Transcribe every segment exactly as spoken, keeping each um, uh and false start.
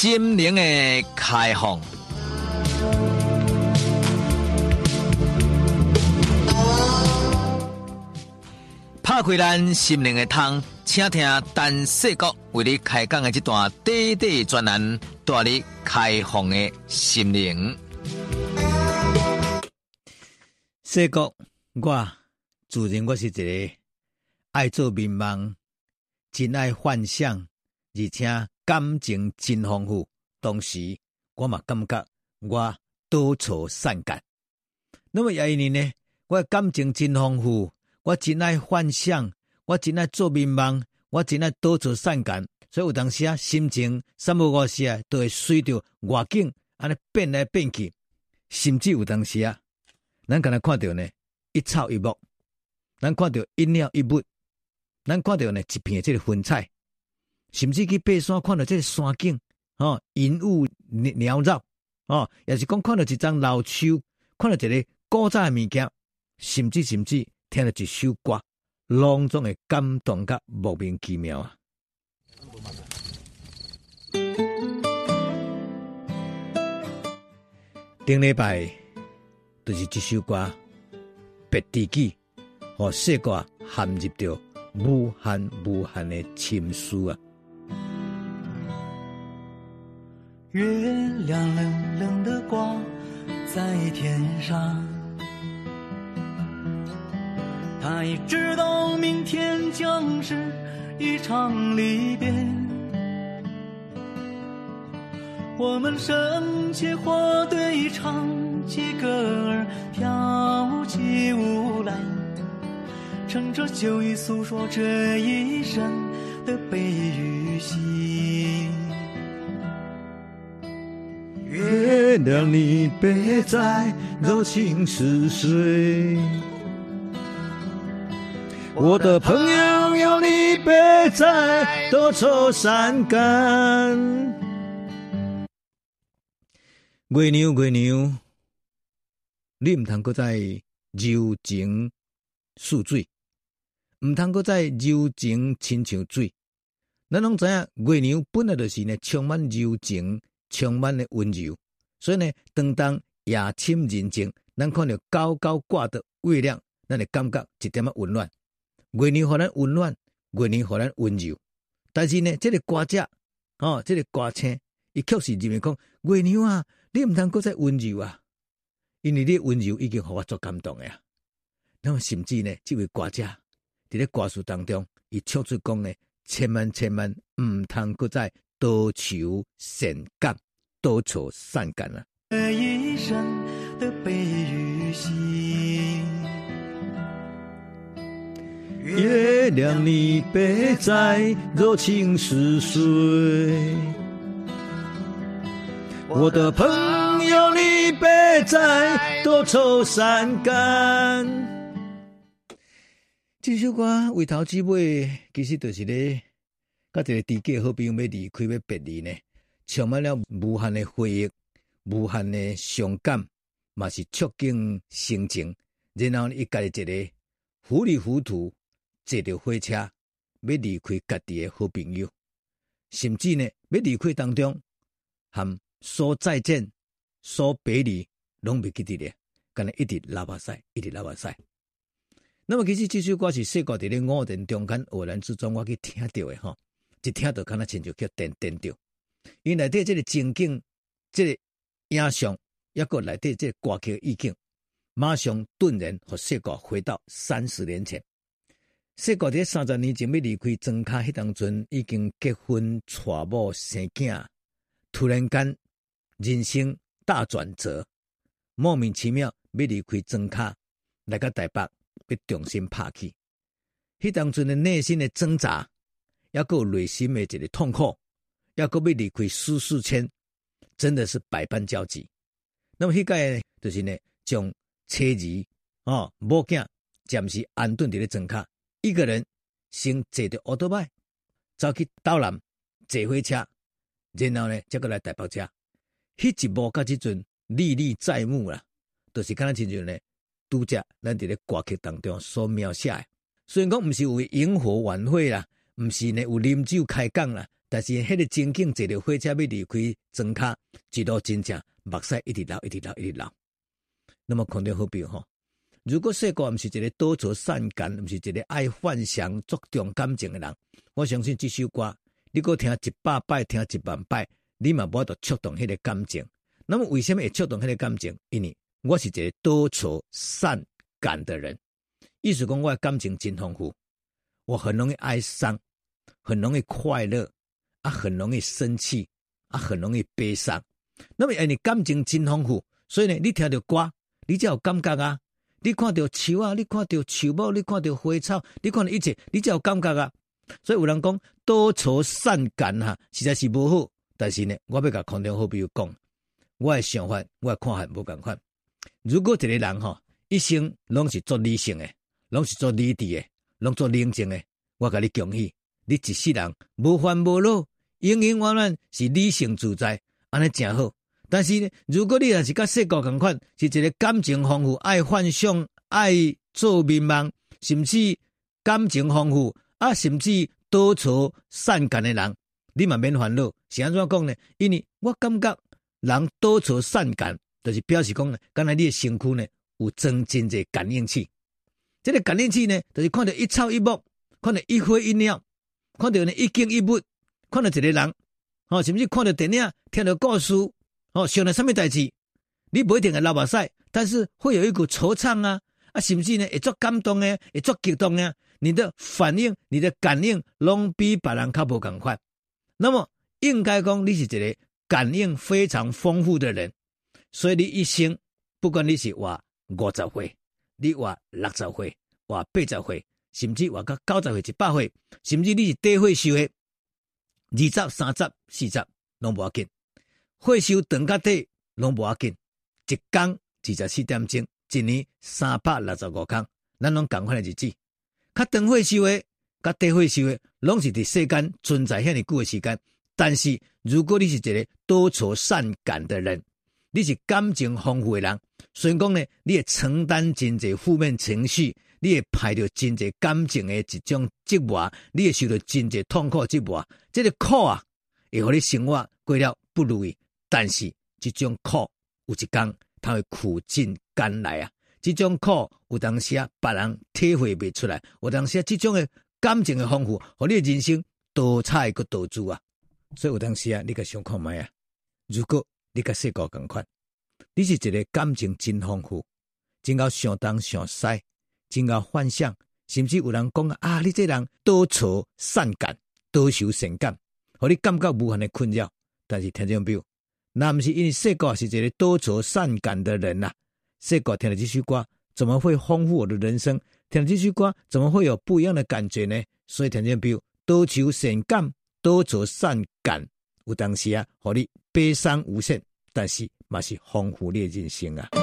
心灵的开放。拍开咱心灵的窗，请听陈世国为你开讲的这段短短专栏，带你开放的心灵。世国，我自认我是一个爱做美梦、真爱幻想，而且感情真丰富。同时，我嘛感觉我多愁善感。那么也因为呢，我感情真丰富。我真爱幻想，我真爱做美梦，我真爱多愁善感，所以有当时啊，心情三不五时啊，都会随着外境安尼变来变去，甚至有当时啊，咱敢若看到呢一草一木，咱看到一鸟一物，咱看到呢一片这个云彩，甚至去爬山看到这个山景，哦，云雾缭绕，哦，也是讲看到一张老树，看到一个古早的物件，甚至甚至。听了一首歌，隆重的感动甲莫名其妙啊！顶礼拜就是这首歌《别知己》，和世界陷入着无限无限的情思啊！ 月亮冷冷的挂在天上。他已知道明天将是一场离别，我们生切或对唱起歌儿，跳起舞来，乘着酒意诉说这一生的悲与喜。 月亮你别再柔情似水，我的朋友有你别再多愁善感。 月娘月娘，你唔通搁再柔情似水，唔通搁再柔情亲像水。咱拢知影，月娘本来就是呢充满柔情，充满的温柔。所以呢，当当夜深人静，咱看到高高挂的月亮，咱会感觉一点仔温暖。月娘互咱温暖，月娘互咱温柔，但是呢，这个歌者，哦，这个歌星，伊确实认为讲，月娘啊，你唔通搁再温柔啊，因为你温柔已经互我足感动呀。那么甚至呢，这位歌者伫咧歌词当中，伊唱出讲呢，千万千万唔通搁再多愁善感，多愁善感啊。 这一生的悲与喜。 月亮你别再柔情似水，我的朋友你别再多愁善感。 这首歌为头至尾，其实就是咧，甲一个知己好朋友要离开要别离呢，充满了无限的回忆，无限的伤感，嘛是触景生情，然后伊家己一个糊里糊涂。坐着火车要离开家己的好朋友，甚至呢要离开当中，和说再见、说别离，拢袂记得咧，干那一直流目屎，一直流目屎。那么其实这首歌是细个伫咧五电中间偶然之中我去听到的吼，一听到敢若亲像叫电电着，因内底这个情景、这个影像，抑个内底这个歌曲意境，马上顿然和细个回到三十年前。细个伫三十年前要离开庄卡，迄当阵已经结婚、娶某、生囝，突然间人生大转折，莫名其妙要离开庄卡，来到台北要重新拍起。迄当阵的内心的挣扎，抑个内心的一个痛苦，抑个要离开舒适圈，真的是百般交集。那么迄个呢，就是呢，将妻儿哦某囝暂时安顿伫咧庄卡。一个人先坐着奥多麦，走去岛南坐火车，然后呢，再过来台北车。迄一幕甲即阵历历在目啦，就是敢若亲像呢，拄则咱伫咧歌曲当中所描写的。虽然讲毋是为萤火晚会啦，毋是呢有啉酒开讲啦， 但是迄个情景坐着火车要离开庄卡，一路真正目屎一直流，一直流，一直流。那么看到好比吼，如果世界毋是一个多愁善感，毋是一个爱幻想、注重感情的人，我相信这首歌你搁听一百摆，听一万摆，你嘛无法度触动迄个感情。那么为什么会触动迄个感情？因为我是一个多愁善感的人，意思讲我的感情真丰富，我很容易哀伤，很容易快乐，啊，很容易生气，啊，很容易悲伤。那么因为感情真丰富，所以呢，你听到歌，你才有感觉啊。你看到树啊，你看到树木，你看到花草，你看到一切，你才有感觉啊。所以有人讲多愁善感哈，实在是无好。但是呢，我要甲空中好朋友讲，我的想法，我的看法无共款。如果一个人吼一生拢是做理性的，拢是做理智的，拢做冷静的，我甲你恭喜，你一世人无烦无恼，永永远远是理性自在，安尼真好。但是呢，如果你若是甲世界共款，是一个感情丰富、爱幻想、爱做美梦，甚至感情丰富啊，甚至多愁善感的人，你嘛免烦恼。是安怎讲呢？因为我感觉人多愁善感，就是表示讲呢，刚才你的身躯呢有增进这感应器。这个感应器呢，就是看到一草一木，看到一花一鸟，看到呢一景一物，看到一个人，哦，甚至看到电影，听到故事。哦，想到什么代志，你不一定会流目屎，但是会有一股惆怅啊，啊，甚至呢会做感动的，会做激动的，你的反应、你的感应，拢比别人较无共款。那么应该讲，你是一个感应非常丰富的人，所以你一生，不管你是活五十岁，你活六十岁，活八十岁，甚至活到九十岁、一百岁，甚至你是低岁数的，二十、三十、四十，拢无要紧。岁数长甲短拢无要紧，一天二十四点钟，一年三百六十五天，咱拢共款的日子。较长岁数的，甲短岁数的，拢是伫世间存在遐尼久的时间。但是如果你是一个多愁善感的人，你是感情丰富的人，所以讲呢，你会承担真侪负面情绪，你会排着真侪感情的一种折磨，你会受到真侪痛苦折磨。这个苦啊，会互你生活过了不如意。但是这种苦有一天它会苦尽甘来啊！这种苦有当时啊，别人体会不出来，有当时啊，这种的感情的丰富，和你的人生多彩个多姿啊！所以有当时啊，你个想看卖啊，如果你甲世界共款，你是一个感情真丰富，真够想东想西，真够幻想，甚至有人讲啊，你这人多愁善感，多愁善感，和你感觉无限的困扰。但是听众朋友，那不是因为世界是一个多愁善感的人呐、啊，世界听了这首歌，怎么会丰富我的人生？听了这首歌，怎么会有不一样的感觉呢？所以听众朋友，多愁善感，多愁善感，有当时啊，让你悲伤无限，但是嘛是丰富你的人生啊。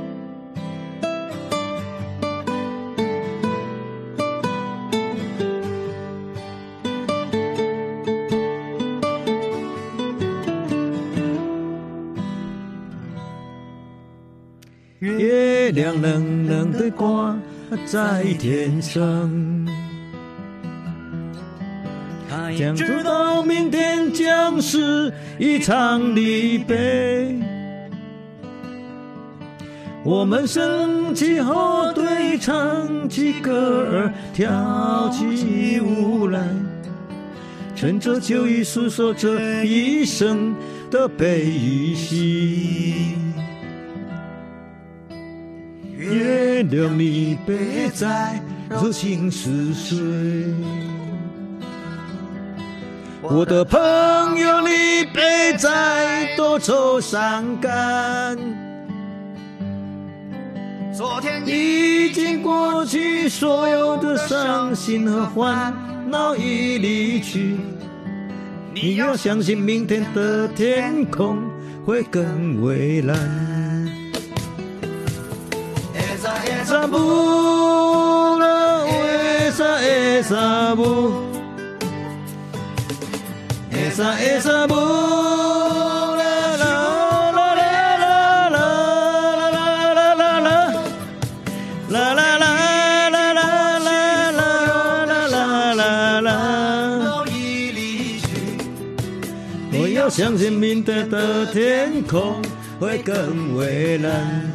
月亮冷冷地挂在天上，他也知道明天将是一场离别。我们升起后对唱起歌儿，跳起舞来，趁着酒意诉说这一生的悲与喜。月亮你别再柔情似水，我的朋友你别再多愁善感，昨天已经过去，所有的伤心和烦恼已离去，你要相信明天的天空会更蔚蓝。Esa bula, esa esa bu, esa esa bula, la la la la la la la la la la la la la la la la la la。早已离去， 相信明天的天空会更蔚蓝。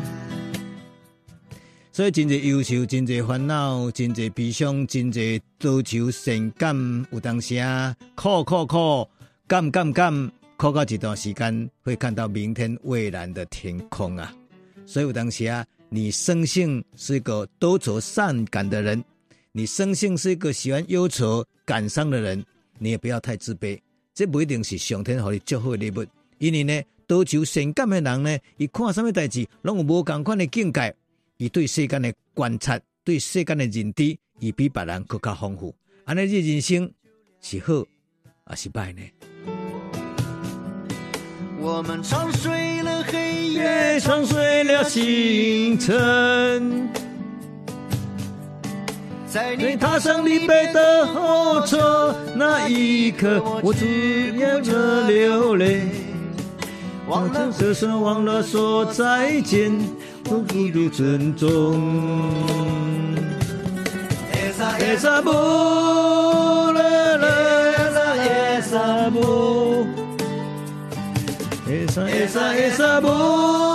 所以真侪忧愁，真侪烦恼，真侪悲伤，真侪多愁善感，有当时啊，哭哭哭，干干干，哭到一段时间，会看到明天蔚蓝的天空啊。所以有当时啊，你生性是一个多愁善感的人，你生性是一个喜欢忧愁感伤的人，你也不要太自卑，这不一定是上天给你祝福的礼物。因为呢，多愁善感的人呢，他看什么代志，拢有无同款的境界。伊对世间的观察，对世间的认知，伊比别人更加丰富。安尼，你人生是好还是歹呢？ 我们唱睡了黑夜， 也唱睡了星辰。 在你你踏上离别的火车，那一刻我只有着流泪。忘了歌声，忘了说再见，不足的尊重。耶萨布啦啦耶萨布，耶萨耶萨耶萨布。